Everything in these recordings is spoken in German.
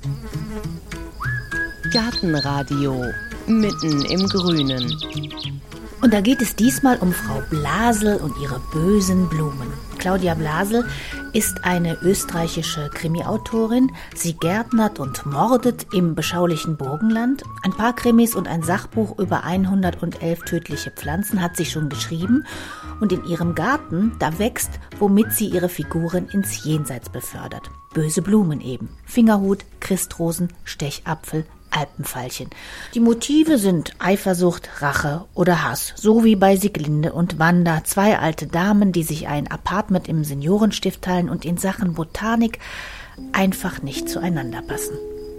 Gartenradio mitten im Grünen. Und da geht es diesmal um Frau Blasel und ihre bösen Blumen. Claudia Blasel ist eine österreichische Krimi-Autorin. Sie gärtnert und mordet im beschaulichen Burgenland. Ein paar Krimis und ein Sachbuch über 111 tödliche Pflanzen hat sie schon geschrieben. Und in ihrem Garten, da wächst, womit sie ihre Figuren ins Jenseits befördert. Böse Blumen eben. Fingerhut, Christrosen, Stechapfel, Alpenveilchen. Die Motive sind Eifersucht, Rache oder Hass, so wie bei Sieglinde und Wanda, zwei alte Damen, die sich ein Apartment im Seniorenstift teilen und in Sachen Botanik einfach nicht zueinander passen.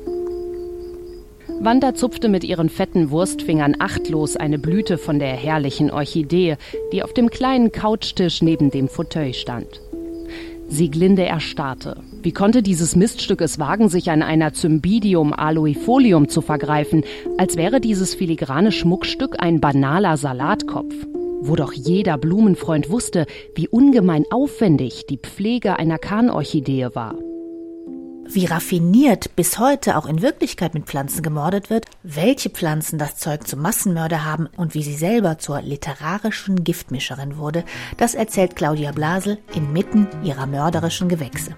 Wanda zupfte mit ihren fetten Wurstfingern achtlos eine Blüte von der herrlichen Orchidee, die auf dem kleinen Couchtisch neben dem Fauteuil stand. Sieglinde erstarrte. Wie konnte dieses Miststück es wagen, sich an einer Cymbidium aloifolium zu vergreifen, als wäre dieses filigrane Schmuckstück ein banaler Salatkopf? Wo doch jeder Blumenfreund wusste, wie ungemein aufwendig die Pflege einer Kahnorchidee war. Wie raffiniert bis heute auch in Wirklichkeit mit Pflanzen gemordet wird, welche Pflanzen das Zeug zum Massenmörder haben und wie sie selber zur literarischen Giftmischerin wurde, das erzählt Claudia Blasel inmitten ihrer mörderischen Gewächse.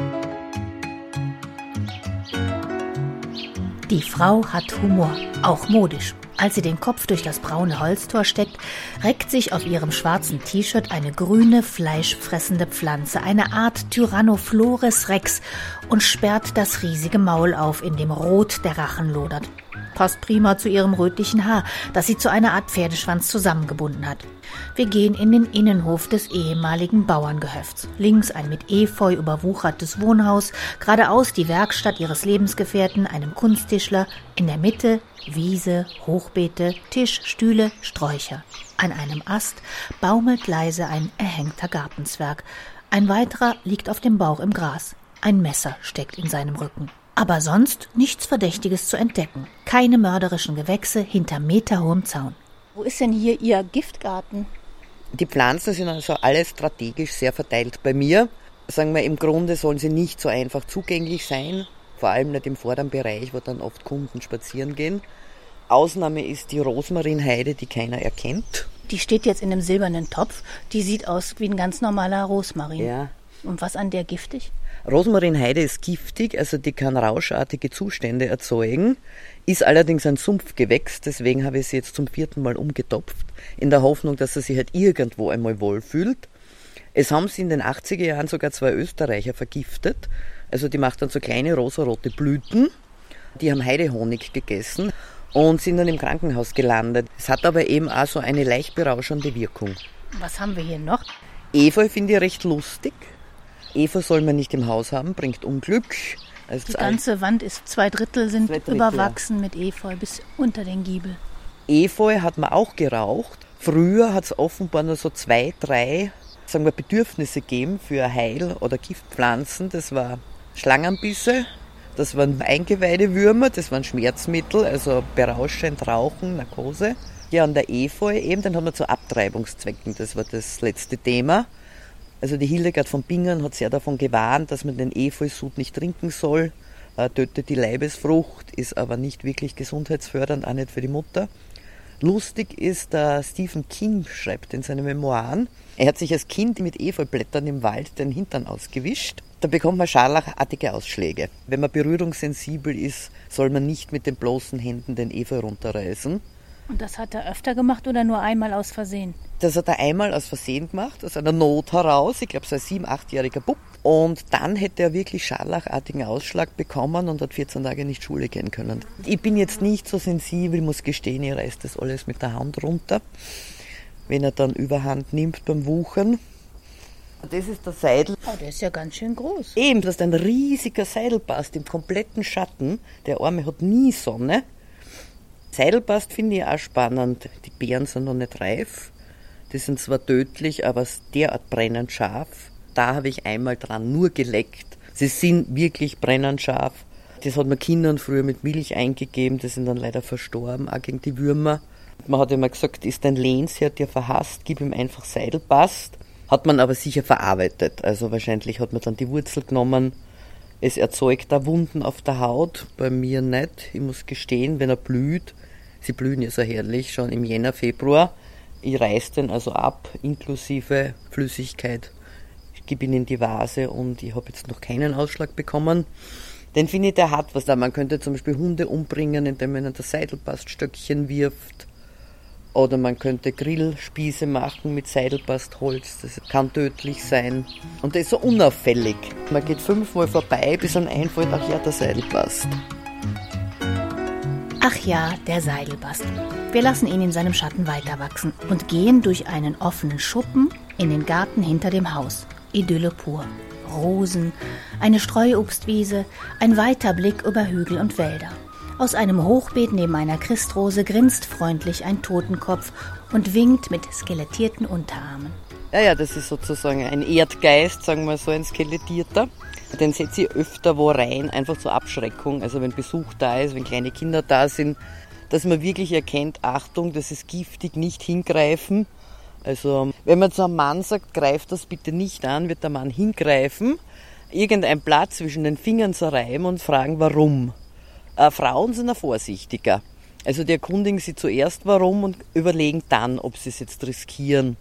Die Frau hat Humor, auch modisch. Als sie den Kopf durch das braune Holztor steckt, reckt sich auf ihrem schwarzen T-Shirt eine grüne, fleischfressende Pflanze, eine Art Tyrannophloris rex, und sperrt das riesige Maul auf, in dem rot der Rachen lodert. Passt prima zu ihrem rötlichen Haar, das sie zu einer Art Pferdeschwanz zusammengebunden hat. Wir gehen in den Innenhof des ehemaligen Bauerngehöfts. Links ein mit Efeu überwuchertes Wohnhaus, geradeaus die Werkstatt ihres Lebensgefährten, einem Kunsttischler, in der Mitte Wiese, Hochbeete, Tisch, Stühle, Sträucher. An einem Ast baumelt leise ein erhängter Gartenzwerg. Ein weiterer liegt auf dem Bauch im Gras. Ein Messer steckt in seinem Rücken. Aber sonst nichts Verdächtiges zu entdecken. Keine mörderischen Gewächse hinter meterhohem Zaun. Wo ist denn hier Ihr Giftgarten? Die Pflanzen sind also alle strategisch sehr verteilt bei mir. Sagen wir, im Grunde sollen sie nicht so einfach zugänglich sein. Vor allem nicht im vorderen Bereich, wo dann oft Kunden spazieren gehen. Ausnahme ist die Rosmarinheide, die keiner erkennt. Die steht jetzt in einem silbernen Topf. Die sieht aus wie ein ganz normaler Rosmarin. Ja. Und was an der giftig? Rosmarinheide ist giftig, also die kann rauschartige Zustände erzeugen, ist allerdings ein Sumpfgewächs, deswegen habe ich sie jetzt zum 4. Mal umgetopft, in der Hoffnung, dass sie sich halt irgendwo einmal wohlfühlt. Es haben sie in den 80er Jahren sogar 2 Österreicher vergiftet, also die macht dann so kleine rosarote Blüten, die haben Heidehonig gegessen und sind dann im Krankenhaus gelandet. Es hat aber eben auch so eine leicht berauschende Wirkung. Was haben wir hier noch? Efeu finde ich recht lustig. Efeu soll man nicht im Haus haben, bringt Unglück. Also die ganze Wand ist 2/3 sind überwachsen mit Efeu bis unter den Giebel. Efeu hat man auch geraucht. Früher hat es offenbar nur so 2, 3 sagen wir, Bedürfnisse gegeben für Heil- oder Giftpflanzen. Das war Schlangenbisse, das waren Eingeweidewürmer, das waren Schmerzmittel, also berauschend, Rauchen, Narkose. Ja, und der Efeu eben, den haben wir zu Abtreibungszwecken, das war das letzte Thema. Also die Hildegard von Bingen hat sehr davon gewarnt, dass man den Efeusud nicht trinken soll, tötet die Leibesfrucht, ist aber nicht wirklich gesundheitsfördernd, auch nicht für die Mutter. Lustig ist, Stephen King schreibt in seinen Memoiren, er hat sich als Kind mit Efeublättern im Wald den Hintern ausgewischt. Da bekommt man scharlachartige Ausschläge. Wenn man berührungssensibel ist, soll man nicht mit den bloßen Händen den Efeu runterreißen. Und das hat er öfter gemacht oder nur einmal aus Versehen? Das hat er einmal aus Versehen gemacht, aus einer Not heraus. Ich glaube, so ein 7-, 8-jähriger Bub. Und dann hätte er wirklich scharlachartigen Ausschlag bekommen und hat 14 Tage nicht Schule gehen können. Ich bin jetzt nicht so sensibel, muss gestehen, ich reiß das alles mit der Hand runter, wenn er dann Überhand nimmt beim Wuchern. Das ist der Seidel. Oh, der ist ja ganz schön groß. Eben, das ist ein riesiger Seidelbast im kompletten Schatten. Der Arme hat nie Sonne. Seidelbast finde ich auch spannend. Die Beeren sind noch nicht reif. Die sind zwar tödlich, aber derart brennend scharf. Da habe ich einmal dran nur geleckt. Sie sind wirklich brennend scharf. Das hat man Kindern früher mit Milch eingegeben. Die sind dann leider verstorben, auch gegen die Würmer. Man hat immer gesagt, ist dein Lehnsherr dir verhasst, gib ihm einfach Seidelbast. Hat man aber sicher verarbeitet. Also wahrscheinlich hat man dann die Wurzel genommen, Es erzeugt da Wunden auf der Haut, bei mir nicht. Ich muss gestehen, wenn er blüht, sie blühen ja so herrlich, schon im Jänner, Februar. Ich reiße den also ab, inklusive Flüssigkeit. Ich gebe ihn in die Vase und ich habe jetzt noch keinen Ausschlag bekommen. Den finde ich, der hat was da. Man könnte zum Beispiel Hunde umbringen, indem man in das Seidelbaststöckchen wirft. Oder man könnte Grillspieße machen mit Seidelbastholz. Das kann tödlich sein. Und der ist so unauffällig. Man geht 5-mal vorbei, bis einem einfällt, ach ja, der Seidelbast. Ach ja, der Seidelbast. Wir lassen ihn in seinem Schatten weiterwachsen und gehen durch einen offenen Schuppen in den Garten hinter dem Haus. Idylle pur. Rosen, eine Streuobstwiese, ein weiter Blick über Hügel und Wälder. Aus einem Hochbeet neben einer Christrose grinst freundlich ein Totenkopf und winkt mit skelettierten Unterarmen. Ja, das ist sozusagen ein Erdgeist, sagen wir so, ein skelettierter. Den setze ich öfter wo rein, einfach zur Abschreckung. Also wenn Besuch da ist, wenn kleine Kinder da sind, dass man wirklich erkennt, Achtung, das ist giftig, nicht hingreifen. Also wenn man zu einem Mann sagt, greif das bitte nicht an, wird der Mann hingreifen, irgendein Blatt zwischen den Fingern zerreiben und fragen, warum. Frauen sind vorsichtiger. Also die erkundigen sich zuerst, warum, und überlegen dann, ob sie es jetzt riskieren.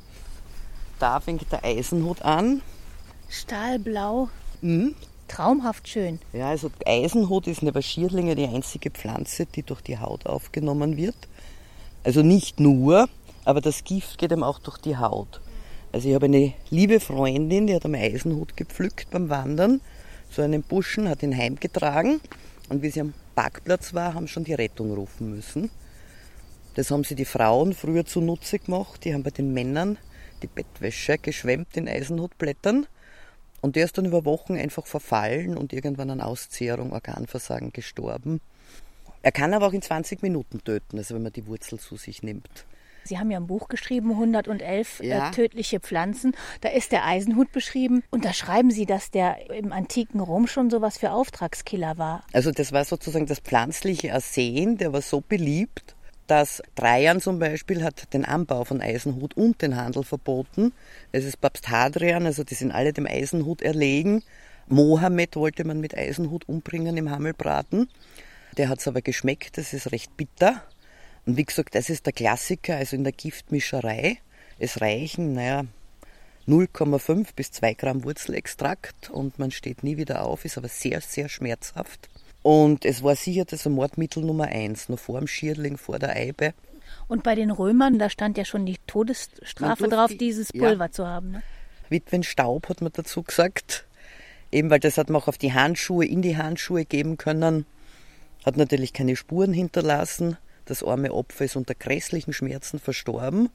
Da fängt der Eisenhut an. Stahlblau. Traumhaft schön. Ja, also Eisenhut ist neben Schierlinge die einzige Pflanze, die durch die Haut aufgenommen wird. Also nicht nur, aber das Gift geht ihm auch durch die Haut. Also ich habe eine liebe Freundin, die hat am Eisenhut gepflückt beim Wandern. So einen Buschen, hat ihn heimgetragen. Und wie sie am Parkplatz war, haben schon die Rettung rufen müssen. Das haben sie die Frauen früher zunutze gemacht. Die haben bei den Männern die Bettwäsche geschwemmt in Eisenhutblättern. Und der ist dann über Wochen einfach verfallen und irgendwann an Auszehrung, Organversagen gestorben. Er kann aber auch in 20 Minuten töten, also wenn man die Wurzel zu sich nimmt. Sie haben ja ein Buch geschrieben, 111 Ja. tödliche Pflanzen. Da ist der Eisenhut beschrieben. Und da schreiben Sie, dass der im antiken Rom schon sowas für Auftragskiller war. Also das war sozusagen das pflanzliche Arsen, der war so beliebt, dass Trajan zum Beispiel hat den Anbau von Eisenhut und den Handel verboten. Es ist Papst Hadrian, also die sind alle dem Eisenhut erlegen. Mohammed wollte man mit Eisenhut umbringen im Hammelbraten. Der hat es aber geschmeckt, das ist recht bitter. Und wie gesagt, das ist der Klassiker, also in der Giftmischerei. Es reichen, 0,5 bis 2 Gramm Wurzelextrakt und man steht nie wieder auf, ist aber sehr, sehr schmerzhaft. Und es war sicher das Mordmittel Nummer 1, noch vor dem Schierling, vor der Eibe. Und bei den Römern, da stand ja schon die Todesstrafe drauf, dieses Pulver zu haben. Ne? Witwenstaub hat man dazu gesagt. Eben weil das hat man auch auf die Handschuhe, in die Handschuhe geben können. Hat natürlich keine Spuren hinterlassen. Das arme Opfer ist unter grässlichen Schmerzen verstorben.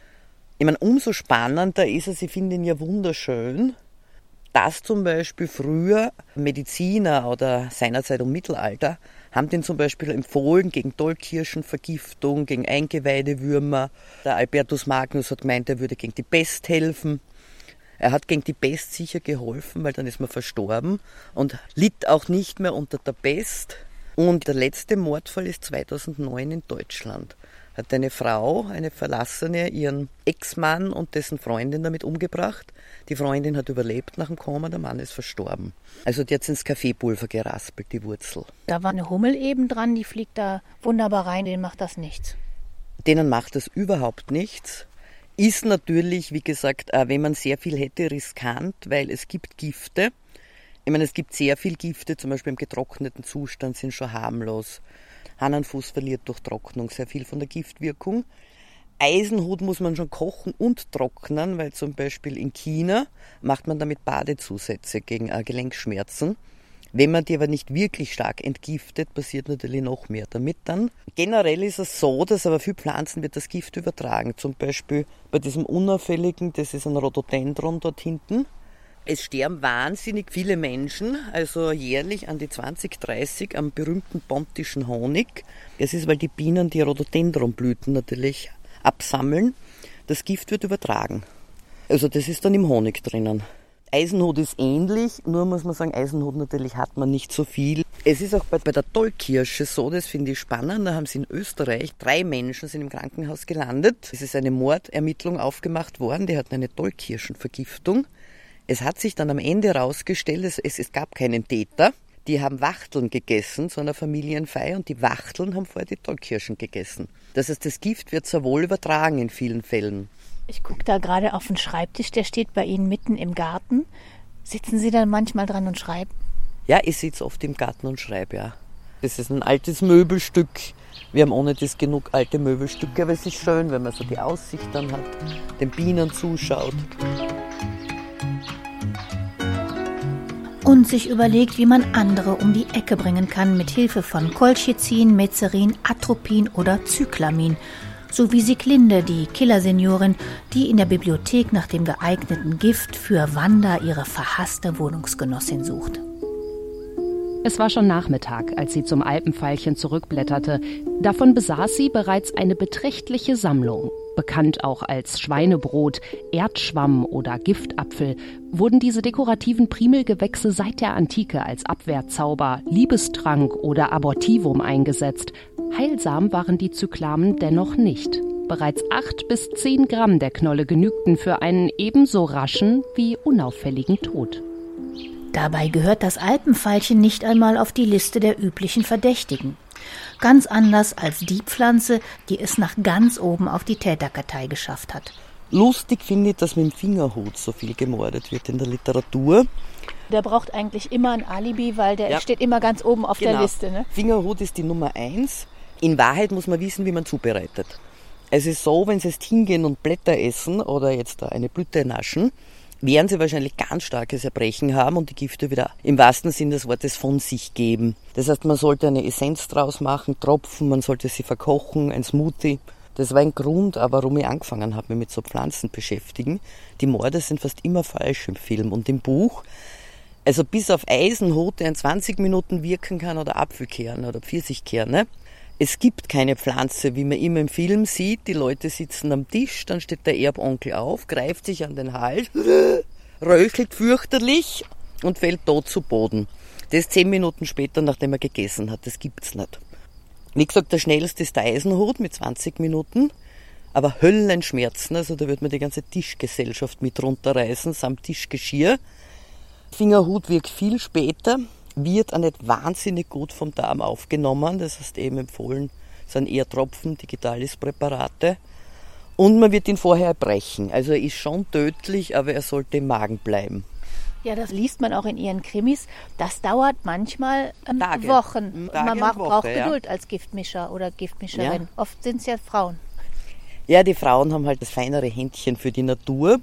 Ich meine, umso spannender ist es, ich finde ihn ja wunderschön, dass zum Beispiel früher Mediziner oder seinerzeit im Mittelalter haben den zum Beispiel empfohlen gegen Tollkirschenvergiftung, gegen Eingeweidewürmer. Der Albertus Magnus hat gemeint, er würde gegen die Pest helfen. Er hat gegen die Pest sicher geholfen, weil dann ist man verstorben und litt auch nicht mehr unter der Pest. Und der letzte Mordfall ist 2009 in Deutschland. Hat eine Frau, eine Verlassene, ihren Ex-Mann und dessen Freundin damit umgebracht. Die Freundin hat überlebt nach dem Koma, der Mann ist verstorben. Also die hat ins Kaffeepulver geraspelt, die Wurzel. Da war eine Hummel eben dran, die fliegt da wunderbar rein, denen macht das nichts. Denen macht das überhaupt nichts. Ist natürlich, wie gesagt, wenn man sehr viel hätte, riskant, weil es gibt Gifte. Ich meine, es gibt sehr viel Gifte, zum Beispiel im getrockneten Zustand sind schon harmlos. Hahnenfuß verliert durch Trocknung sehr viel von der Giftwirkung. Eisenhut muss man schon kochen und trocknen, weil zum Beispiel in China macht man damit Badezusätze gegen Gelenkschmerzen. Wenn man die aber nicht wirklich stark entgiftet, passiert natürlich noch mehr damit dann. Generell ist es so, dass aber für Pflanzen wird das Gift übertragen. Zum Beispiel bei diesem unauffälligen, das ist ein Rhododendron dort hinten. Es sterben wahnsinnig viele Menschen, also jährlich an die 20, 30 am berühmten pontischen Honig. Es ist, weil die Bienen die Rhododendronblüten natürlich absammeln. Das Gift wird übertragen. Also das ist dann im Honig drinnen. Eisenhut ist ähnlich, nur muss man sagen, Eisenhut natürlich hat man nicht so viel. Es ist auch bei der Tollkirsche so, das finde ich spannend, da haben sie in Österreich 3 Menschen sind im Krankenhaus gelandet. Es ist eine Mordermittlung aufgemacht worden, die hatten eine Tollkirschenvergiftung. Es hat sich dann am Ende herausgestellt, es gab keinen Täter. Die haben Wachteln gegessen zu einer Familienfeier und die Wachteln haben vorher die Tollkirschen gegessen. Das heißt, das Gift wird sehr wohl übertragen in vielen Fällen. Ich gucke da gerade auf den Schreibtisch, der steht bei Ihnen mitten im Garten. Sitzen Sie da manchmal dran und schreiben? Ja, ich sitze oft im Garten und schreibe, ja. Das ist ein altes Möbelstück. Wir haben ohne das genug alte Möbelstücke, aber es ist schön, wenn man so die Aussicht dann hat, den Bienen zuschaut. Und sich überlegt, wie man andere um die Ecke bringen kann mit Hilfe von Colchicin, Mezerin, Atropin oder Cyclamin. So wie Sieglinde, die Killerseniorin, die in der Bibliothek nach dem geeigneten Gift für Wanda, ihre verhasste Wohnungsgenossin, sucht. Es war schon Nachmittag, als sie zum Alpenveilchen zurückblätterte. Davon besaß sie bereits eine beträchtliche Sammlung. Bekannt auch als Schweinebrot, Erdschwamm oder Giftapfel, wurden diese dekorativen Primelgewächse seit der Antike als Abwehrzauber, Liebestrank oder Abortivum eingesetzt. Heilsam waren die Cyclamen dennoch nicht. Bereits 8 bis 10 Gramm der Knolle genügten für einen ebenso raschen wie unauffälligen Tod. Dabei gehört das Alpenveilchen nicht einmal auf die Liste der üblichen Verdächtigen. Ganz anders als die Pflanze, die es nach ganz oben auf die Täterkartei geschafft hat. Lustig finde ich, dass mit dem Fingerhut so viel gemordet wird in der Literatur. Der braucht eigentlich immer ein Alibi, weil der steht immer ganz oben auf der Liste. Ne? Fingerhut ist die Nummer 1. In Wahrheit muss man wissen, wie man zubereitet. Es ist so, wenn Sie jetzt hingehen und Blätter essen oder jetzt eine Blüte naschen, werden Sie wahrscheinlich ganz starkes Erbrechen haben und die Gifte wieder im wahrsten Sinn des Wortes von sich geben. Das heißt, man sollte eine Essenz draus machen, Tropfen, man sollte sie verkochen, ein Smoothie. Das war ein Grund, warum ich angefangen habe, mich mit so Pflanzen beschäftigen. Die Morde sind fast immer falsch im Film und im Buch. Also bis auf Eisenhut, der in 20 Minuten wirken kann, oder Apfelkerne oder Pfirsichkerne. Es gibt keine Pflanze, wie man immer im Film sieht. Die Leute sitzen am Tisch, dann steht der Erbonkel auf, greift sich an den Hals, röchelt fürchterlich und fällt tot zu Boden. Das 10 Minuten später, nachdem er gegessen hat. Das gibt's nicht. Wie gesagt, der schnellste ist der Eisenhut mit 20 Minuten. Aber Höllenschmerzen, also da wird man die ganze Tischgesellschaft mit runterreißen, samt Tischgeschirr. Fingerhut wirkt viel später. Wird auch nicht wahnsinnig gut vom Darm aufgenommen. Das heißt eben empfohlen, sind eher Tropfen, Digitalis-Präparate. Und man wird ihn vorher erbrechen. Also er ist schon tödlich, aber er sollte im Magen bleiben. Ja, das liest man auch in Ihren Krimis. Das dauert manchmal Tage. Wochen. Tage Man braucht Woche, Geduld als Giftmischer oder Giftmischerin. Ja. Oft sind es ja Frauen. Ja, die Frauen haben halt das feinere Händchen für die Natur.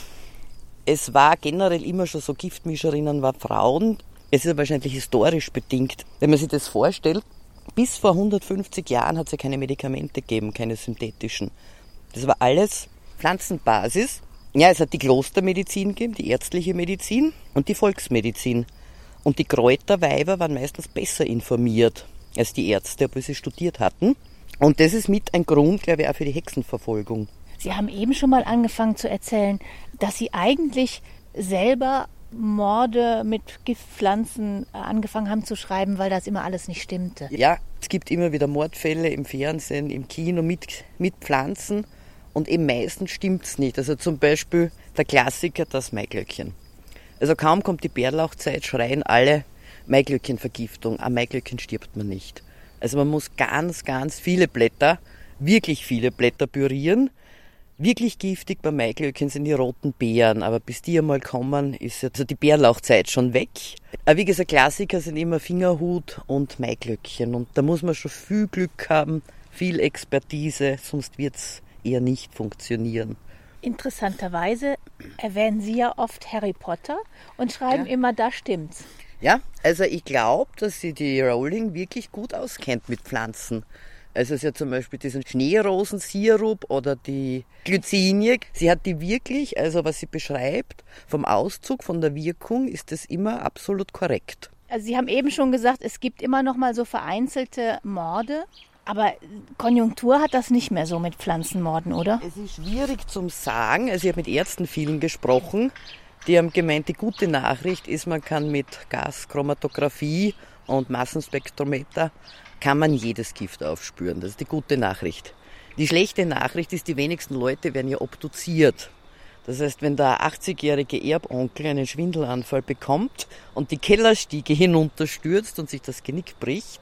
Es war generell immer schon so, Giftmischerinnen waren Frauen. Es ist wahrscheinlich historisch bedingt. Wenn man sich das vorstellt, bis vor 150 Jahren hat es ja keine Medikamente gegeben, keine synthetischen. Das war alles Pflanzenbasis. Ja, es hat die Klostermedizin gegeben, die ärztliche Medizin und die Volksmedizin. Und die Kräuterweiber waren meistens besser informiert als die Ärzte, obwohl sie studiert hatten. Und das ist mit ein Grund, glaube ich, auch für die Hexenverfolgung. Sie haben eben schon mal angefangen zu erzählen, dass Sie eigentlich selber Morde mit Giftpflanzen angefangen haben zu schreiben, weil das immer alles nicht stimmte. Ja, es gibt immer wieder Mordfälle im Fernsehen, im Kino mit Pflanzen und eben meistens stimmt's nicht. Also zum Beispiel der Klassiker, das Maiglöckchen. Also kaum kommt die Bärlauchzeit, schreien alle Maiglöckchenvergiftung. Am Maiglöckchen stirbt man nicht. Also man muss ganz, ganz viele Blätter, wirklich viele Blätter pürieren. Wirklich giftig bei Maiglöckchen sind die roten Beeren, aber bis die einmal kommen, ist ja also die Bärlauchzeit schon weg. Aber wie gesagt, Klassiker sind immer Fingerhut und Maiglöckchen und da muss man schon viel Glück haben, viel Expertise, sonst wird's eher nicht funktionieren. Interessanterweise erwähnen Sie ja oft Harry Potter und schreiben immer, da stimmt's. Ja, also ich glaube, dass sie die Rowling wirklich gut auskennt mit Pflanzen. Also es ist ja zum Beispiel diesen Schneerosensirup oder die Glycinie. Sie hat die wirklich, also was sie beschreibt, vom Auszug, von der Wirkung, ist das immer absolut korrekt. Also Sie haben eben schon gesagt, es gibt immer noch mal so vereinzelte Morde. Aber Konjunktur hat das nicht mehr so mit Pflanzenmorden, oder? Es ist schwierig zum sagen. Also ich habe mit Ärzten vielen gesprochen. Die haben gemeint, die gute Nachricht ist, man kann mit Gaschromatographie und Massenspektrometer kann man jedes Gift aufspüren. Das ist die gute Nachricht. Die schlechte Nachricht ist, die wenigsten Leute werden ja obduziert. Das heißt, wenn der 80-jährige Erbonkel einen Schwindelanfall bekommt und die Kellerstiege hinunterstürzt und sich das Genick bricht,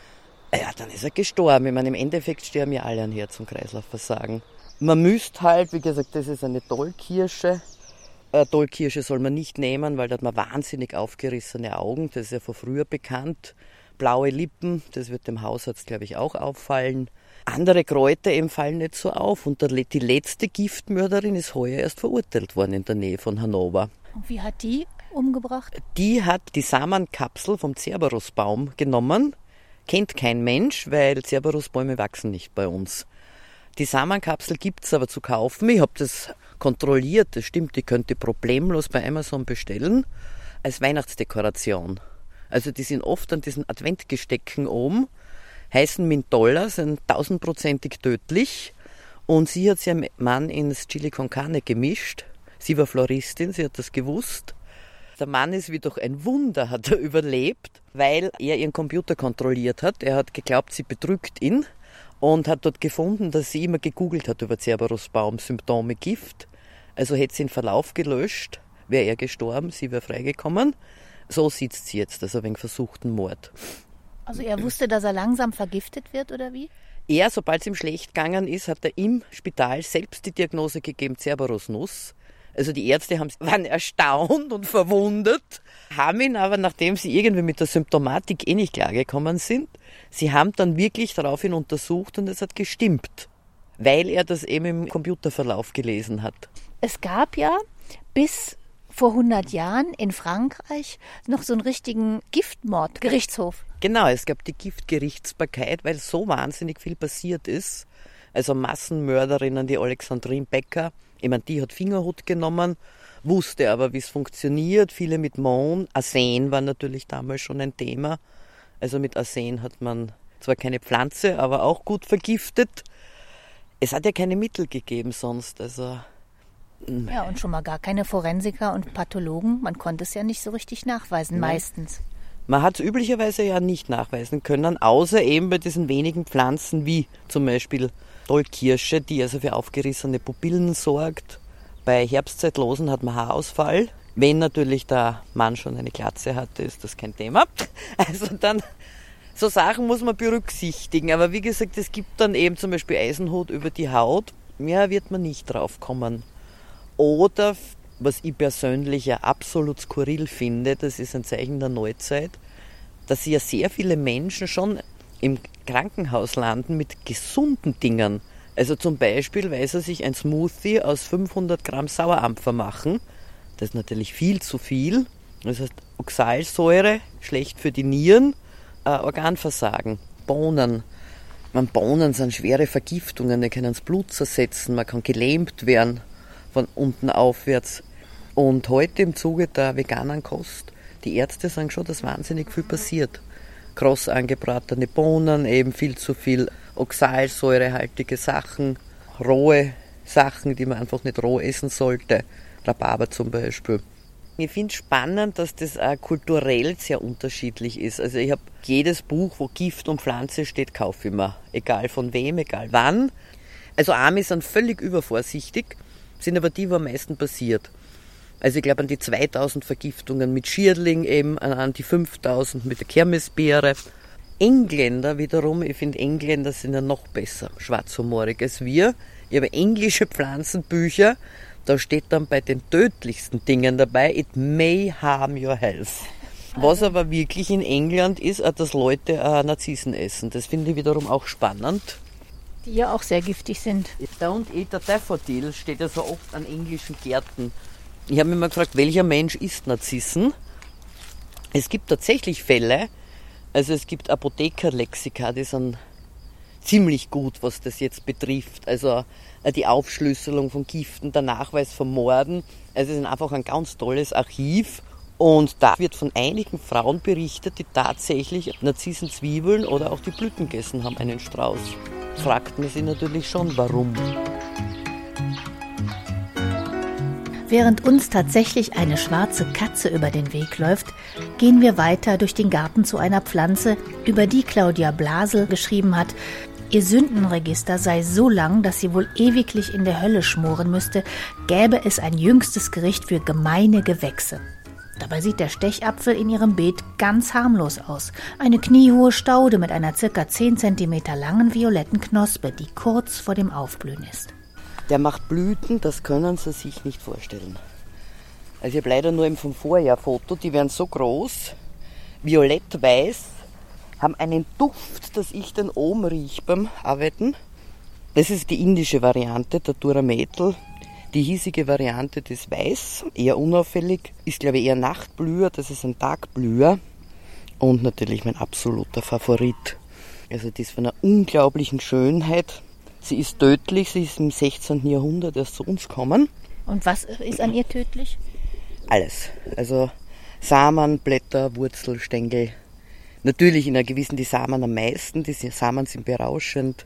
ja, dann ist er gestorben. Ich meine, im Endeffekt sterben ja alle an Herz- und Kreislaufversagen. Man müsste halt, wie gesagt, das ist eine Tollkirsche. Tollkirsche soll man nicht nehmen, weil da hat man wahnsinnig aufgerissene Augen. Das ist ja von früher bekannt. Blaue Lippen, das wird dem Hausarzt, glaube ich, auch auffallen. Andere Kräuter eben fallen nicht so auf. Und die letzte Giftmörderin ist heuer erst verurteilt worden in der Nähe von Hannover. Und wie hat die umgebracht? Die hat die Samenkapsel vom Cerberusbaum genommen. Kennt kein Mensch, weil Cerberusbäume wachsen nicht bei uns. Die Samenkapsel gibt es aber zu kaufen. Ich habe das kontrolliert, das stimmt, die könnt ihr problemlos bei Amazon bestellen, als Weihnachtsdekoration. Also die sind oft an diesen Adventgestecken oben, heißen Mintolla, sind 1000%ig tödlich. Und sie hat ihren Mann ins Chili con Carne gemischt. Sie war Floristin, sie hat das gewusst. Der Mann ist wie durch ein Wunder, hat er überlebt, weil er ihren Computer kontrolliert hat. Er hat geglaubt, sie betrügt ihn und hat dort gefunden, dass sie immer gegoogelt hat über Cerberusbaum, Symptome, Gift. Also hätte sie den Verlauf gelöscht, wäre er gestorben, sie wäre freigekommen. So sitzt sie jetzt, also wegen versuchten Mord. Also er wusste, dass er langsam vergiftet wird, oder wie? Er, sobald es ihm schlecht gegangen ist, hat er im Spital selbst die Diagnose gegeben, Cerberusnuss. Also die Ärzte waren erstaunt und verwundert, haben ihn aber, nachdem sie irgendwie mit der Symptomatik nicht klargekommen sind, sie haben dann wirklich daraufhin untersucht und es hat gestimmt, weil er das eben im Computerverlauf gelesen hat. Es gab ja bis vor 100 Jahren in Frankreich noch so einen richtigen Giftmordgerichtshof. Genau, es gab die Giftgerichtsbarkeit, weil so wahnsinnig viel passiert ist. Also Massenmörderinnen, die Alexandrine Becker, ich meine, die hat Fingerhut genommen, wusste aber, wie es funktioniert. Viele mit Mohn. Arsen war natürlich damals schon ein Thema. Also mit Arsen hat man zwar keine Pflanze, aber auch gut vergiftet. Es hat ja keine Mittel gegeben sonst. Also ja, und schon mal gar keine Forensiker und Pathologen. Man konnte es ja nicht so richtig nachweisen, meistens. Man hat es üblicherweise ja nicht nachweisen können, außer eben bei diesen wenigen Pflanzen wie zum Beispiel Tollkirsche, die also für aufgerissene Pupillen sorgt. Bei Herbstzeitlosen hat man Haarausfall. Wenn natürlich der Mann schon eine Glatze hatte, ist das kein Thema. Also dann, so Sachen muss man berücksichtigen. Aber wie gesagt, es gibt dann eben zum Beispiel Eisenhut über die Haut. Ja, wird man nicht drauf kommen. Oder, was ich persönlich ja absolut skurril finde, das ist ein Zeichen der Neuzeit, dass ja sehr viele Menschen schon im Krankenhaus landen mit gesunden Dingen. Also zum Beispiel, weil sie sich ein Smoothie aus 500 Gramm Sauerampfer machen. Das ist natürlich viel zu viel. Das heißt, Oxalsäure, schlecht für die Nieren, Organversagen. Bohnen. Bohnen sind schwere Vergiftungen, die können das Blut zersetzen, man kann gelähmt werden von unten aufwärts. Und heute im Zuge der veganen Kost, die Ärzte sagen schon, dass wahnsinnig viel passiert. Kross angebratene Bohnen, eben viel zu viel oxalsäurehaltige Sachen, rohe Sachen, die man einfach nicht roh essen sollte. Rhabarber zum Beispiel. Ich finde es spannend, dass das auch kulturell sehr unterschiedlich ist. Also ich habe jedes Buch, wo Gift und Pflanze steht, kaufe ich mir. Egal von wem, egal wann. Also Amis sind völlig übervorsichtig, sind aber die, wo am meisten passiert. Also ich glaube an die 2000 Vergiftungen mit Schierling eben, an die 5000 mit der Kermesbeere. Engländer wiederum, ich finde Engländer sind ja noch besser schwarzhumorig als wir. Ich habe englische Pflanzenbücher, da steht dann bei den tödlichsten Dingen dabei, it may harm your health. Was aber wirklich in England ist, dass Leute Narzissen essen. Das finde ich wiederum auch spannend. Die ja auch sehr giftig sind. Don't eat a daffodil steht ja so oft an englischen Gärten. Ich habe mich mal gefragt, welcher Mensch isst Narzissen? Es gibt tatsächlich Fälle, also es gibt Apothekerlexika, die sind ziemlich gut, was das jetzt betrifft. Also die Aufschlüsselung von Giften, der Nachweis von Morden. Also es ist einfach ein ganz tolles Archiv. Und da wird von einigen Frauen berichtet, die tatsächlich Narzissen, Zwiebeln oder auch die Blüten gegessen haben, einen Strauß. Fragt man sich natürlich schon, warum. Während uns tatsächlich eine schwarze Katze über den Weg läuft, gehen wir weiter durch den Garten zu einer Pflanze, über die Claudia Blasel geschrieben hat: Ihr Sündenregister sei so lang, dass sie wohl ewiglich in der Hölle schmoren müsste, gäbe es ein jüngstes Gericht für gemeine Gewächse. Dabei sieht der Stechapfel in ihrem Beet ganz harmlos aus. Eine kniehohe Staude mit einer ca. 10 cm langen violetten Knospe, die kurz vor dem Aufblühen ist. Der macht Blüten, das können Sie sich nicht vorstellen. Also ich habe leider nur vom Vorjahr Foto, die werden so groß, violett-weiß, haben einen Duft, dass ich den oben rieche beim Arbeiten. Das ist die indische Variante, der Durametal. Die hiesige Variante des Weiß, eher unauffällig, ist glaube ich eher Nachtblüher, das ist ein Tagblüher und natürlich mein absoluter Favorit. Also die ist von einer unglaublichen Schönheit. Sie ist tödlich, sie ist im 16. Jahrhundert erst zu uns gekommen. Und was ist an ihr tödlich? Alles, also Samen, Blätter, Wurzel, Stängel. Natürlich in einer gewissen die Samen am meisten, die Samen sind berauschend.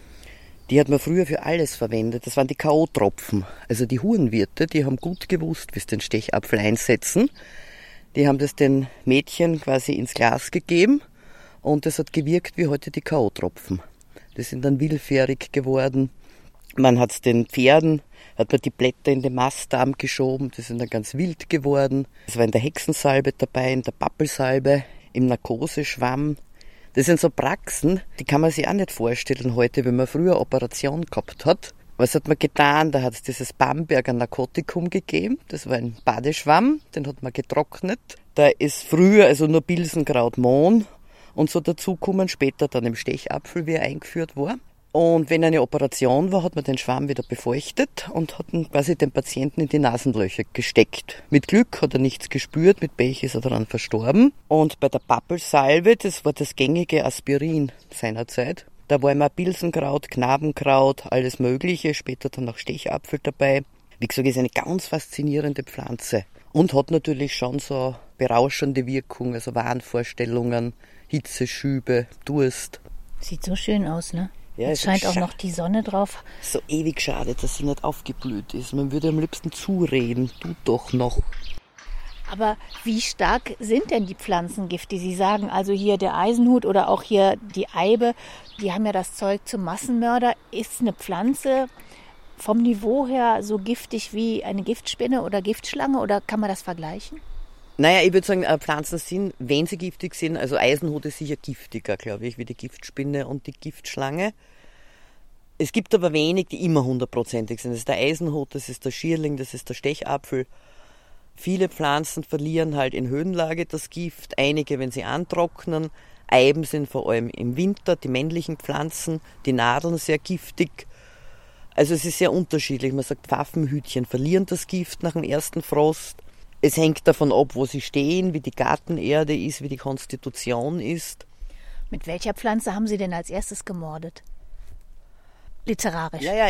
Die hat man früher für alles verwendet. Das waren die K.O.-Tropfen. Also die Hurenwirte, die haben gut gewusst, wie sie den Stechapfel einsetzen. Die haben das den Mädchen quasi ins Glas gegeben und das hat gewirkt wie heute die K.O.-Tropfen. Die sind dann willfährig geworden. Man hat es den Pferden, hat man die Blätter in den Mastdarm geschoben, die sind dann ganz wild geworden. Das war in der Hexensalbe dabei, in der Pappelsalbe, im Narkoseschwamm. Das sind so Praxen, die kann man sich auch nicht vorstellen heute, wenn man früher eine Operation gehabt hat. Was hat man getan? Da hat es dieses Bamberger Narkotikum gegeben. Das war ein Badeschwamm, den hat man getrocknet. Da ist früher also nur Bilsenkraut, Mohn und so dazukommen, später dann im Stechapfel, wie er eingeführt war. Und wenn eine Operation war, hat man den Schwamm wieder befeuchtet und hat ihn quasi den Patienten in die Nasenlöcher gesteckt. Mit Glück hat er nichts gespürt, mit Pech ist er daran verstorben. Und bei der Pappelsalbe, das war das gängige Aspirin seinerzeit. Da war immer Bilsenkraut, Knabenkraut, alles Mögliche, später dann auch Stechapfel dabei. Wie gesagt, ist eine ganz faszinierende Pflanze und hat natürlich schon so berauschende Wirkung, also Wahnvorstellungen, Hitzeschübe, Durst. Sieht so schön aus, ne? Ja, es scheint auch noch die Sonne drauf. So ewig schade, dass sie nicht aufgeblüht ist. Man würde am liebsten zureden, du doch noch. Aber wie stark sind denn die Pflanzengifte? Sie sagen also hier der Eisenhut oder auch hier die Eibe, die haben ja das Zeug zum Massenmörder. Ist eine Pflanze vom Niveau her so giftig wie eine Giftspinne oder Giftschlange oder kann man das vergleichen? Naja, ich würde sagen, Pflanzen sind, wenn sie giftig sind, also Eisenhut ist sicher giftiger, glaube ich, wie die Giftspinne und die Giftschlange. Es gibt aber wenig, die immer 100%ig sind. Das ist der Eisenhut, das ist der Schierling, das ist der Stechapfel. Viele Pflanzen verlieren halt in Höhenlage das Gift, einige, wenn sie antrocknen. Eiben sind vor allem im Winter, die männlichen Pflanzen, die Nadeln sehr giftig. Also es ist sehr unterschiedlich. Man sagt, Pfaffenhütchen verlieren das Gift nach dem ersten Frost. Es hängt davon ab, wo sie stehen, wie die Gartenerde ist, wie die Konstitution ist. Mit welcher Pflanze haben Sie denn als erstes gemordet? Literarisch? Ja,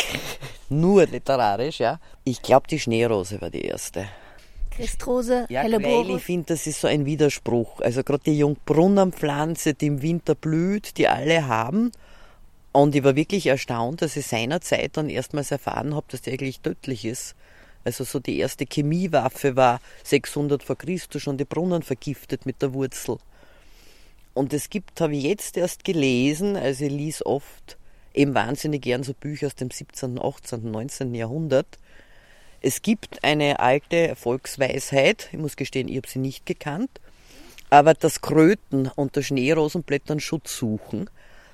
nur literarisch, ja. Ich glaube, die Schneerose war die erste. Christrose, ja, Helleborus? Weil ich finde, das ist so ein Widerspruch. Also gerade die Jungbrunnenpflanze, die im Winter blüht, die alle haben. Und ich war wirklich erstaunt, dass ich seinerzeit dann erstmals erfahren habe, dass die eigentlich tödlich ist. Also so die erste Chemiewaffe war 600 vor Christus schon die Brunnen vergiftet mit der Wurzel. Und es gibt, habe ich jetzt erst gelesen, also ich lese oft eben wahnsinnig gern so Bücher aus dem 17., 18., 19. Jahrhundert. Es gibt eine alte Volksweisheit, ich muss gestehen, ich habe sie nicht gekannt, aber dass Kröten unter Schneerosenblättern Schutz suchen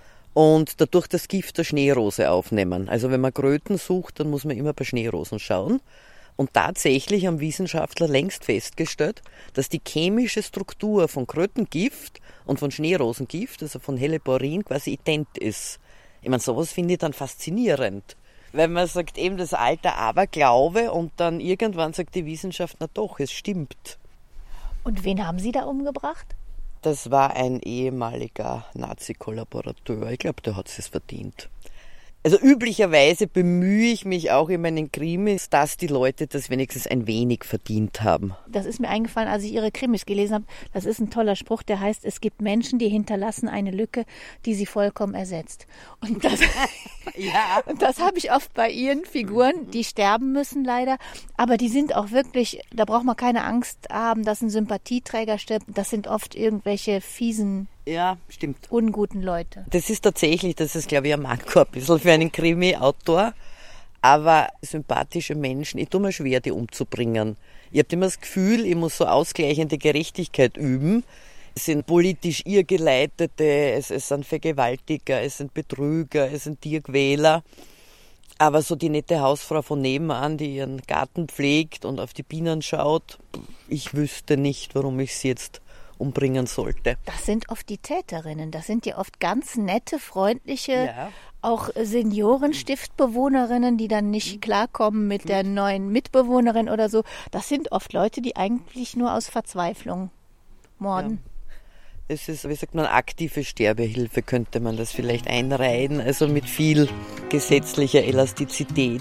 und dadurch das Gift der Schneerose aufnehmen. Also wenn man Kröten sucht, dann muss man immer bei Schneerosen schauen. Und tatsächlich haben Wissenschaftler längst festgestellt, dass die chemische Struktur von Krötengift und von Schneerosengift, also von Helleborrin, quasi ident ist. Ich meine, sowas finde ich dann faszinierend. Weil man sagt eben das alte Aberglaube und dann irgendwann sagt die Wissenschaft, na doch, es stimmt. Und wen haben Sie da umgebracht? Das war ein ehemaliger Nazi-Kollaborateur. Ich glaube, der hat es verdient. Also üblicherweise bemühe ich mich auch in meinen Krimis, dass die Leute das wenigstens ein wenig verdient haben. Das ist mir eingefallen, als ich Ihre Krimis gelesen habe. Das ist ein toller Spruch, der heißt, es gibt Menschen, die hinterlassen eine Lücke, die sie vollkommen ersetzt. Und das Ja. Und das habe ich oft bei ihren Figuren, die sterben müssen leider, aber die sind auch wirklich, da braucht man keine Angst haben, dass ein Sympathieträger stirbt. Das sind oft irgendwelche fiesen, Ja, stimmt. unguten Leute. Das ist glaube ich, ein Manko ein bisschen für einen Krimi-Autor. Aber sympathische Menschen, ich tue mir schwer, die umzubringen. Ich habe immer das Gefühl, ich muss so ausgleichende Gerechtigkeit üben. Es sind politisch Irrgeleitete, es sind Vergewaltiger, es sind Betrüger, es sind Tierquäler. Aber so die nette Hausfrau von nebenan, die ihren Garten pflegt und auf die Bienen schaut, ich wüsste nicht, warum ich sie jetzt umbringen sollte. Das sind oft die Täterinnen. Das sind ja oft ganz nette, freundliche, Ja. auch Seniorenstiftbewohnerinnen, die dann nicht klarkommen mit der neuen Mitbewohnerin oder so. Das sind oft Leute, die eigentlich nur aus Verzweiflung morden. Es ist, wie sagt man, aktive Sterbehilfe, könnte man das vielleicht einreihen, also mit viel gesetzlicher Elastizität.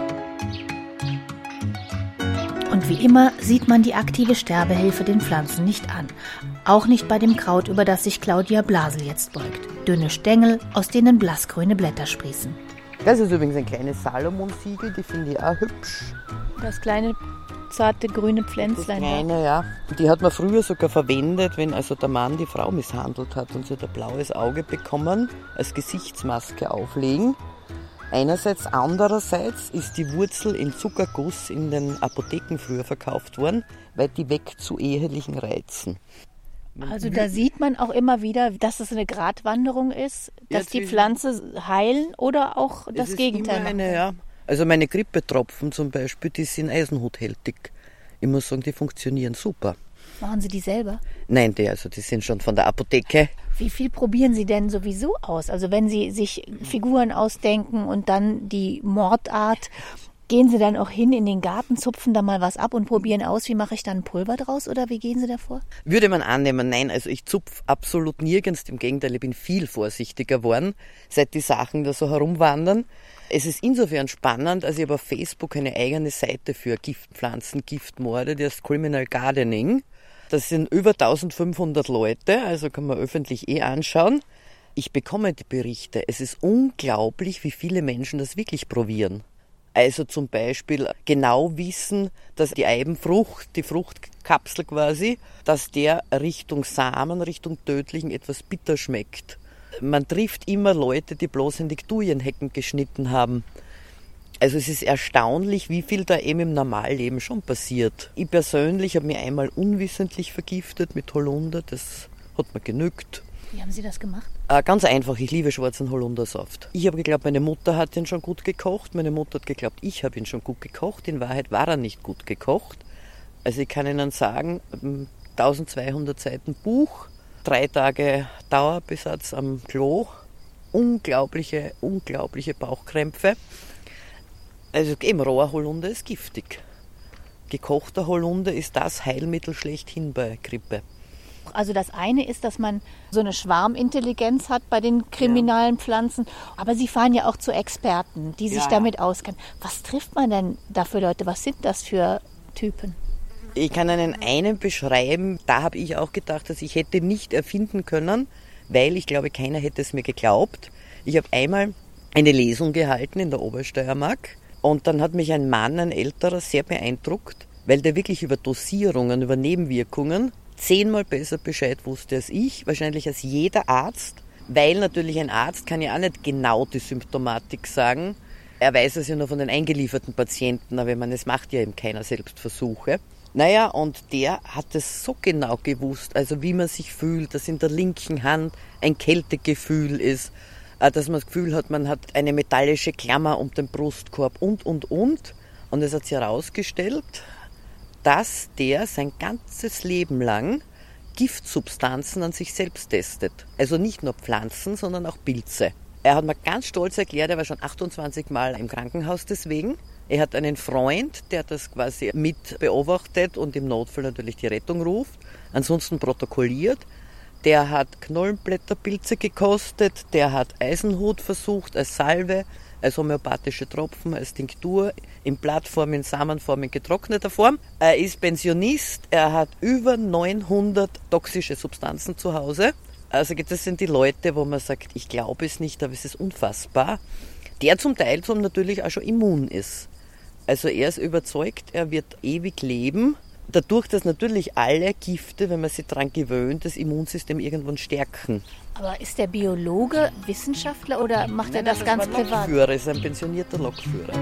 Und wie immer sieht man die aktive Sterbehilfe den Pflanzen nicht an. Auch nicht bei dem Kraut, über das sich Claudia Blasel jetzt beugt. Dünne Stängel, aus denen blassgrüne Blätter sprießen. Das ist übrigens ein kleines Salomon-Siegel, die finde ich auch hübsch. Das kleine, zarte, grüne Das Pflänzlein. kleine, ja. Die hat man früher sogar verwendet, wenn also der Mann die Frau misshandelt hat und sie hat ein blaues Auge bekommen, als Gesichtsmaske auflegen. Einerseits, andererseits ist die Wurzel in Zuckerguss in den Apotheken früher verkauft worden, weil die weckt zu ehelichen Reizen. Also da sieht man auch immer wieder, dass es eine Gratwanderung ist, dass die zwischen- Pflanze heilen oder auch Es das ist Gegenteil immer machen. eine, ja. Also meine Grippetropfen zum Beispiel, die sind eisenhuthältig. Ich muss sagen, die funktionieren super. Machen Sie die selber? Nein, die sind schon von der Apotheke. Wie viel probieren Sie denn sowieso aus? Also wenn Sie sich Figuren ausdenken und dann die Mordart, gehen Sie dann auch hin in den Garten, zupfen da mal was ab und probieren aus, wie mache ich dann Pulver draus oder wie gehen Sie davor? Würde man annehmen, nein, also ich zupf absolut nirgends, im Gegenteil, ich bin viel vorsichtiger geworden, seit die Sachen da so herumwandern. Es ist insofern spannend, als ich habe auf Facebook eine eigene Seite für Giftpflanzen, Giftmorde, die heißt Criminal Gardening. Das sind über 1500 Leute, also kann man öffentlich anschauen. Ich bekomme die Berichte. Es ist unglaublich, wie viele Menschen das wirklich probieren. Also zum Beispiel genau wissen, dass die Eibenfrucht, die Fruchtkapsel quasi, dass der Richtung Samen, Richtung Tödlichen etwas bitter schmeckt. Man trifft immer Leute, die bloß in die Thujenhecken geschnitten haben. Also es ist erstaunlich, wie viel da eben im Normalleben schon passiert. Ich persönlich habe mich einmal unwissentlich vergiftet mit Holunder, das hat mir genügt. Wie haben Sie das gemacht? Ganz einfach, ich liebe schwarzen Holundersaft. Ich habe geglaubt, meine Mutter hat ihn schon gut gekocht. Meine Mutter hat geglaubt, ich habe ihn schon gut gekocht. In Wahrheit war er nicht gut gekocht. Also ich kann Ihnen sagen, 1200 Seiten Buch, 3 Tage Dauerbesatz am Klo, unglaubliche Bauchkrämpfe. Also eben roher Holunder ist giftig. Gekochter Holunder ist das Heilmittel schlechthin bei Grippe. Also das eine ist, dass man so eine Schwarmintelligenz hat bei den kriminalen Pflanzen. Aber Sie fahren ja auch zu Experten, die sich damit auskennen. Was trifft man denn da für Leute? Was sind das für Typen? Ich kann einen beschreiben, da habe ich auch gedacht, dass ich hätte nicht erfinden können, weil ich glaube, keiner hätte es mir geglaubt. Ich habe einmal eine Lesung gehalten in der Obersteiermark und dann hat mich ein Mann, ein älterer, sehr beeindruckt, weil der wirklich über Dosierungen, über Nebenwirkungen 10-mal besser Bescheid wusste als ich, wahrscheinlich als jeder Arzt, weil natürlich ein Arzt kann ja auch nicht genau die Symptomatik sagen. Er weiß es ja nur von den eingelieferten Patienten, aber ich meine, es macht ja eben keiner Selbstversuche. Naja, und der hat es so genau gewusst, also wie man sich fühlt, dass in der linken Hand ein Kältegefühl ist, dass man das Gefühl hat, man hat eine metallische Klammer um den Brustkorb und. Und es hat sich herausgestellt, dass der sein ganzes Leben lang Giftsubstanzen an sich selbst testet. Also nicht nur Pflanzen, sondern auch Pilze. Er hat mir ganz stolz erklärt, er war schon 28 Mal im Krankenhaus deswegen. Er hat einen Freund, der das quasi mit beobachtet und im Notfall natürlich die Rettung ruft. Ansonsten protokolliert. Der hat Knollenblätterpilze gekostet, der hat Eisenhut versucht als Salve, als homöopathische Tropfen, als Tinktur, in Blattform, in Samenform, in getrockneter Form. Er ist Pensionist, er hat über 900 toxische Substanzen zu Hause Also das sind die Leute, wo man sagt, ich glaube es nicht, aber es ist unfassbar. Der zum Teil natürlich auch schon immun ist. Also er ist überzeugt, er wird ewig leben. Dadurch, dass natürlich alle Gifte, wenn man sich daran gewöhnt, das Immunsystem irgendwann stärken. Aber ist der Biologe Wissenschaftler oder macht er das ganz privat? Er ist ein pensionierter Lokführer.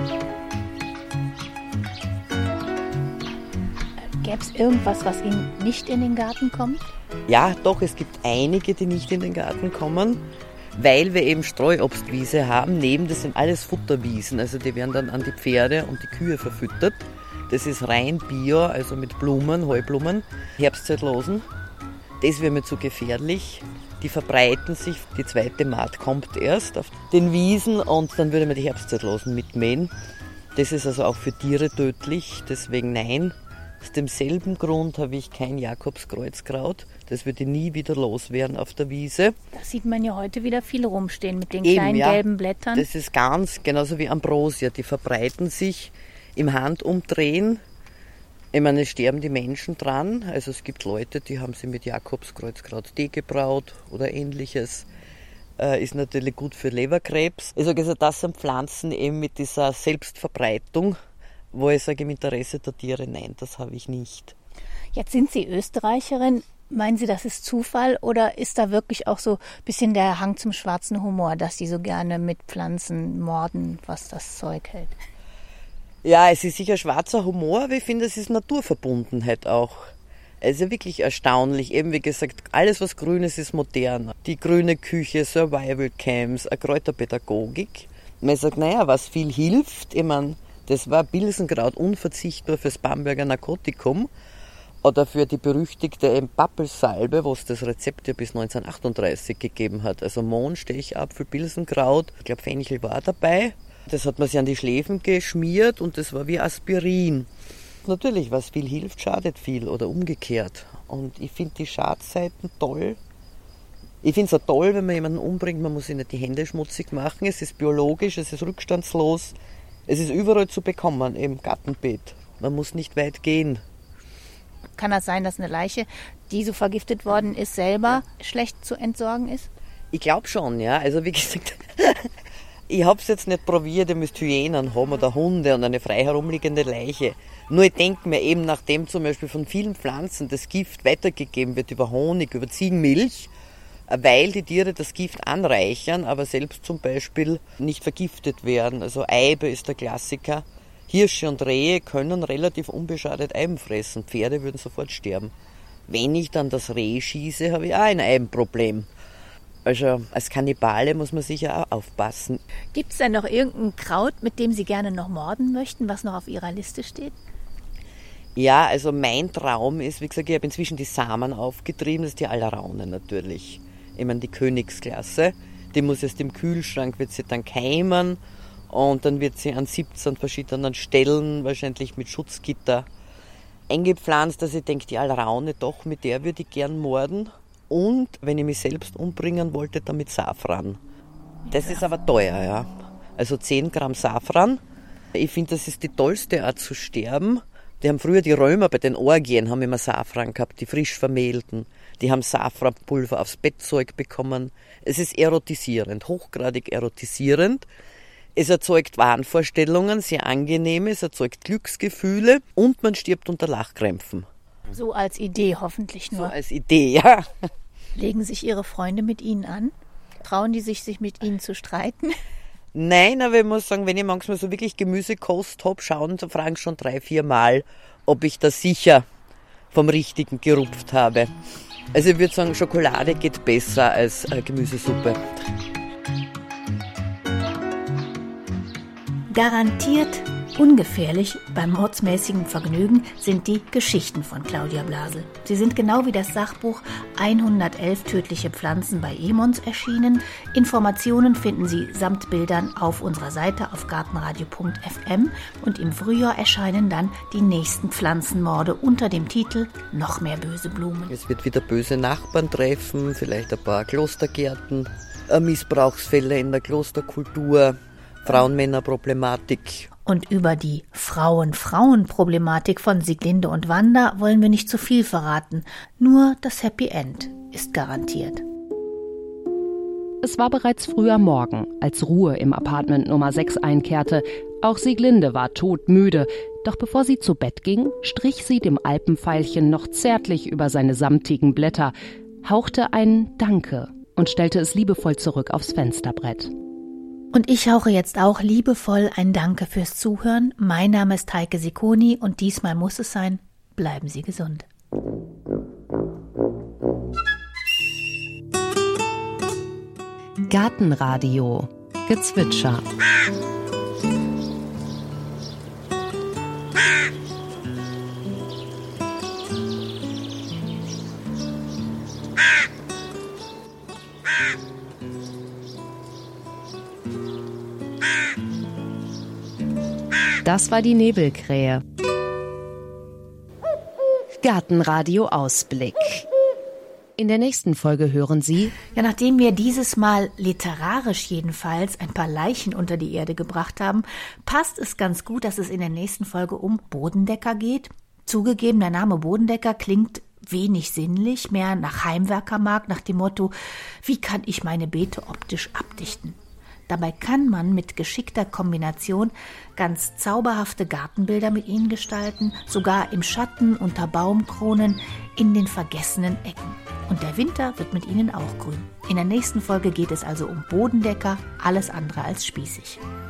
Gäbe es irgendwas, was Ihnen nicht in den Garten kommt? Ja, doch, es gibt einige, die nicht in den Garten kommen, weil wir eben Streuobstwiese haben. Neben das sind alles Futterwiesen, also die werden dann an die Pferde und die Kühe verfüttert. Das ist rein Bio, also mit Blumen, Heublumen, Herbstzeitlosen. Das wäre mir zu gefährlich. Die verbreiten sich, die zweite Maat kommt erst auf den Wiesen und dann würde man die Herbstzeitlosen mitmähen. Das ist also auch für Tiere tödlich, deswegen nein. Aus demselben Grund habe ich kein Jakobskreuzkraut. Das würde nie wieder loswerden auf der Wiese. Das sieht man ja heute wieder viel rumstehen mit den kleinen gelben Blättern. Das ist ganz genauso wie Ambrosia. Die verbreiten sich im Handumdrehen. Ich meine, es sterben die Menschen dran. Also es gibt Leute, die haben sie mit Jakobskreuzkraut Tee gebraut oder ähnliches. Ist natürlich gut für Leberkrebs. Ich sage also, das sind Pflanzen eben mit dieser Selbstverbreitung, wo ich sage, im Interesse der Tiere, nein, das habe ich nicht. Jetzt sind Sie Österreicherin. Meinen Sie, das ist Zufall oder ist da wirklich auch so ein bisschen der Hang zum schwarzen Humor, dass Sie so gerne mit Pflanzen morden, was das Zeug hält? Ja, es ist sicher schwarzer Humor, aber ich finde, es ist Naturverbundenheit auch. Es ist wirklich erstaunlich. Eben wie gesagt, alles was Grünes ist modern. Die grüne Küche, Survival Camps, eine Kräuterpädagogik. Man sagt, naja, was viel hilft, ich meine, das war Bilsenkraut unverzichtbar fürs Bamberger Narkotikum oder für die berüchtigte Pappelsalbe, wo es das Rezept ja bis 1938 gegeben hat. Also Mohn, Stechapfel, Bilsenkraut, ich glaube Fenchel war dabei. Das hat man sich an die Schläfen geschmiert und das war wie Aspirin. Natürlich, was viel hilft, schadet viel oder umgekehrt. Und ich finde die Schadseiten toll. Ich finde es auch toll, wenn man jemanden umbringt, man muss sich nicht die Hände schmutzig machen. Es ist biologisch, es ist rückstandslos. Es ist überall zu bekommen, im Gartenbeet. Man muss nicht weit gehen. Kann das sein, dass eine Leiche, die so vergiftet worden ist, selber schlecht zu entsorgen ist? Ich glaube schon, ja. Also wie gesagt, ich habe es jetzt nicht probiert, ihr müsst Hyänen haben oder Hunde und eine frei herumliegende Leiche. Nur ich denke mir eben, nachdem zum Beispiel von vielen Pflanzen das Gift weitergegeben wird über Honig, über Ziegenmilch, weil die Tiere das Gift anreichern, aber selbst zum Beispiel nicht vergiftet werden. Also Eibe ist der Klassiker. Hirsche und Rehe können relativ unbeschadet Eiben fressen. Pferde würden sofort sterben. Wenn ich dann das Reh schieße, habe ich auch ein Eibenproblem. Also als Kannibale muss man sicher auch aufpassen. Gibt es denn noch irgendein Kraut, mit dem Sie gerne noch morden möchten, was noch auf Ihrer Liste steht? Ja, also mein Traum ist, wie gesagt, ich habe inzwischen die Samen aufgetrieben, das ist die Alraune natürlich. Ich meine, die Königsklasse, die muss erst im Kühlschrank, wird sie dann keimen und dann wird sie an 17 verschiedenen Stellen, wahrscheinlich mit Schutzgitter, eingepflanzt, dass ich denke, die Alraune doch, mit der würde ich gern morden. Und wenn ich mich selbst umbringen wollte, dann mit Safran. Das ist aber teuer, ja. Also 10 Gramm Safran. Ich finde, das ist die tollste Art zu sterben. Die haben früher die Römer bei den Orgien, haben immer Safran gehabt, die frisch vermählten. Die haben Safranpulver aufs Bettzeug bekommen. Es ist erotisierend, hochgradig erotisierend. Es erzeugt Wahnvorstellungen, sehr angenehme, es erzeugt Glücksgefühle und man stirbt unter Lachkrämpfen. So als Idee hoffentlich nur. So als Idee, ja. Legen sich Ihre Freunde mit Ihnen an? Trauen die sich mit Ihnen zu streiten? Nein, aber ich muss sagen, wenn ich manchmal so wirklich Gemüsekost habe, fragen schon 3-4 Mal, ob ich das sicher vom Richtigen gerupft habe. Also ich würde sagen, Schokolade geht besser als Gemüsesuppe. Garantiert ungefährlich beim mordsmäßigen Vergnügen sind die Geschichten von Claudia Blasel. Sie sind genau wie das Sachbuch 111 tödliche Pflanzen bei Emons erschienen. Informationen finden Sie samt Bildern auf unserer Seite auf gartenradio.fm und im Frühjahr erscheinen dann die nächsten Pflanzenmorde unter dem Titel Noch mehr böse Blumen. Es wird wieder böse Nachbarn treffen, vielleicht ein paar Klostergärten, Missbrauchsfälle in der Klosterkultur, Frauen-Männer-Problematik. Und über die Frauen-Frauen-Problematik von Sieglinde und Wanda wollen wir nicht zu viel verraten. Nur das Happy End ist garantiert. Es war bereits früher Morgen, als Ruhe im Apartment Nummer 6 einkehrte. Auch Sieglinde war todmüde. Doch bevor sie zu Bett ging, strich sie dem Alpenveilchen noch zärtlich über seine samtigen Blätter, hauchte ein Danke und stellte es liebevoll zurück aufs Fensterbrett. Und ich hauche jetzt auch liebevoll ein Danke fürs Zuhören. Mein Name ist Heike Sicconi und diesmal muss es sein, bleiben Sie gesund. Gartenradio Gezwitscher. Das war die Nebelkrähe. Gartenradio Ausblick. In der nächsten Folge hören Sie... Ja, nachdem wir dieses Mal literarisch jedenfalls ein paar Leichen unter die Erde gebracht haben, passt es ganz gut, dass es in der nächsten Folge um Bodendecker geht. Zugegeben, der Name Bodendecker klingt wenig sinnlich, mehr nach Heimwerkermarkt, nach dem Motto, wie kann ich meine Beete optisch abdichten? Dabei kann man mit geschickter Kombination ganz zauberhafte Gartenbilder mit ihnen gestalten, sogar im Schatten, unter Baumkronen, in den vergessenen Ecken. Und der Winter wird mit ihnen auch grün. In der nächsten Folge geht es also um Bodendecker, alles andere als spießig.